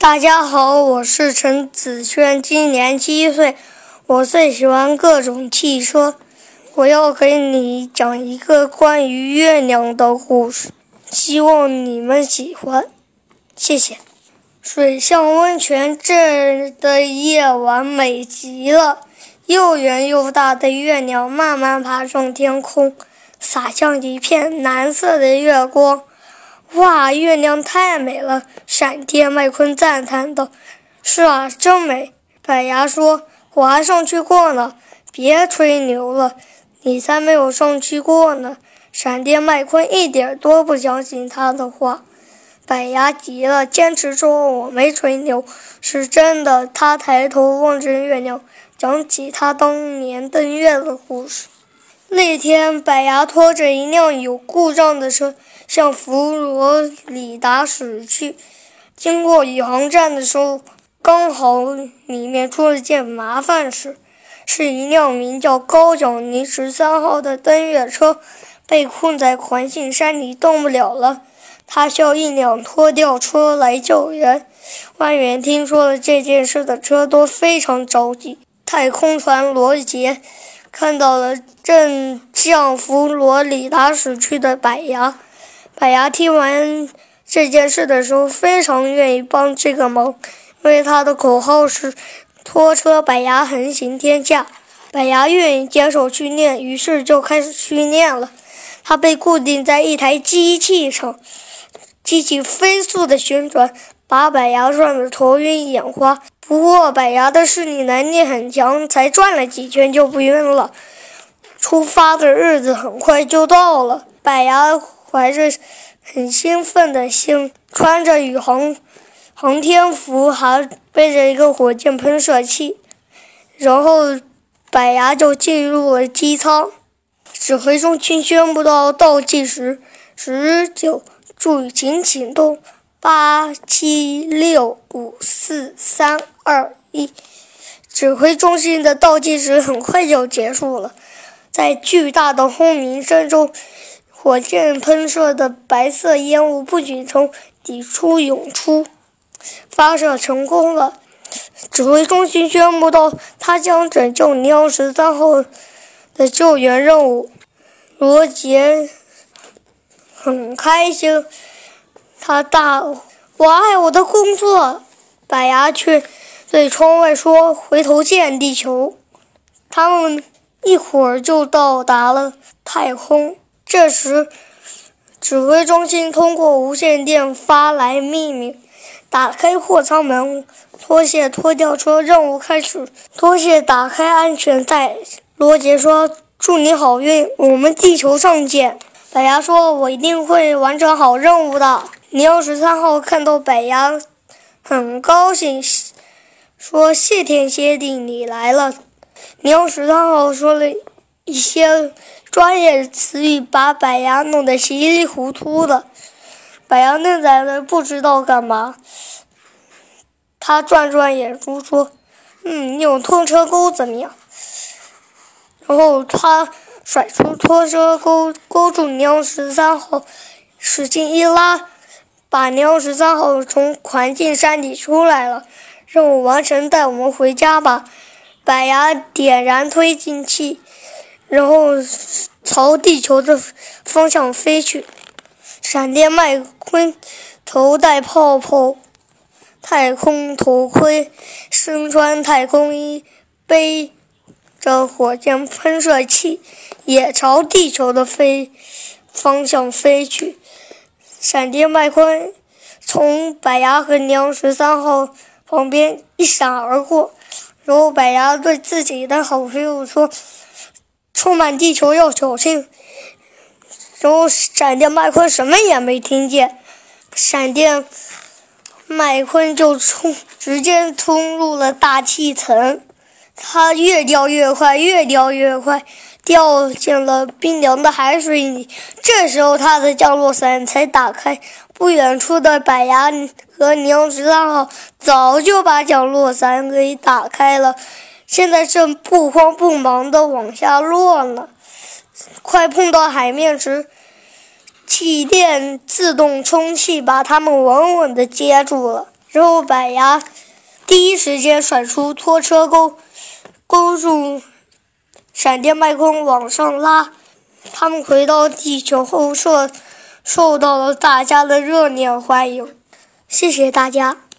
大家好，我是陈子轩，今年7岁。我最喜欢各种汽车。我要给你讲一个关于月亮的故事，希望你们喜欢。谢谢。水上温泉这的夜晚美极了，又圆又大的月亮慢慢爬上天空，洒向一片蓝色的月光。哇，月亮太美了！闪电麦昆赞叹道。是啊，真美。板牙说，我还上去过呢。别吹牛了，你才没有上去过呢。闪电麦昆一点都不相信他的话。板牙急了，坚持说我没吹牛，是真的。他抬头望着月亮，讲起他当年登月的故事。那天，板牙拖着一辆有故障的车向佛罗里达驶去。经过宇航站的时候，刚好里面出了件麻烦事，是一辆名叫高脚尼13号的登月车被困在环形山里动不了了。他需要一辆拖吊车来救援。官员听说了这件事的车都非常着急。太空船罗杰看到了正向佛罗里达驶去的板牙。板牙听完这件事的时候非常愿意帮这个忙，因为他的口号是拖车板牙横行天下。板牙愿意接受训练，于是就开始训练了。他被固定在一台机器上，机器飞速的旋转，把板牙转得头晕眼花。不过板牙的视力能力很强，才转了几圈就不晕了。出发的日子很快就到了，板牙怀着很兴奋的心，穿着宇航天服，还背着一个火箭喷射器，然后板牙就进入了机舱。指挥中心宣布到倒计时19，注意请启动，8、7、6、5、4、3、2、1。指挥中心的倒计时很快就结束了，在巨大的轰鸣声中，火箭喷射的白色烟雾不仅从底处涌出，发射成功了。指挥中心宣布到，他将拯救尼奥13号的救援任务。罗杰很开心，他大吼：“我爱我的工作！”板牙却对窗外说：“回头见，地球。”他们一会儿就到达了太空。这时，指挥中心通过无线电发来命令：打开货舱门，脱卸拖吊车，任务开始。脱卸，打开安全带。罗杰说：“祝你好运，我们地球上见。”板牙说：“我一定会完成好任务的。”尼奥13号看到板牙很高兴，说：“谢天谢地，你来了。”尼奥13号说了一些专业词语，把板牙弄得稀里糊涂的。板牙愣在那不知道干嘛。他转转眼珠说：“用拖车钩怎么样？”然后他甩出拖车钩，勾住尼奥13号，使劲一拉，把尼奥13号从环境山里出来了。任务完成，带我们回家吧。板牙点燃推进器，然后朝地球的方向飞去。闪电麦昆头戴泡泡太空头盔，身穿太空衣，背着火箭喷射器，也朝地球的方向飞去。闪电麦昆从板牙和尼奥13号旁边一闪而过，然后板牙对自己的好朋友说：“充满地球要小心。”然后闪电麦昆什么也没听见，闪电麦昆就直接冲入了大气层。他越掉越快，越掉越快，掉进了冰凉的海水里。这时候他的降落伞才打开。不远处的板牙和尼奥13号早就把降落伞给打开了，现在正不慌不忙地往下落呢。快碰到海面时，气垫自动充气把它们稳稳地接住了。 然后板牙第一时间甩出拖车勾住闪电麦昆往上拉。他们回到地球后受到了大家的热烈欢迎。谢谢大家。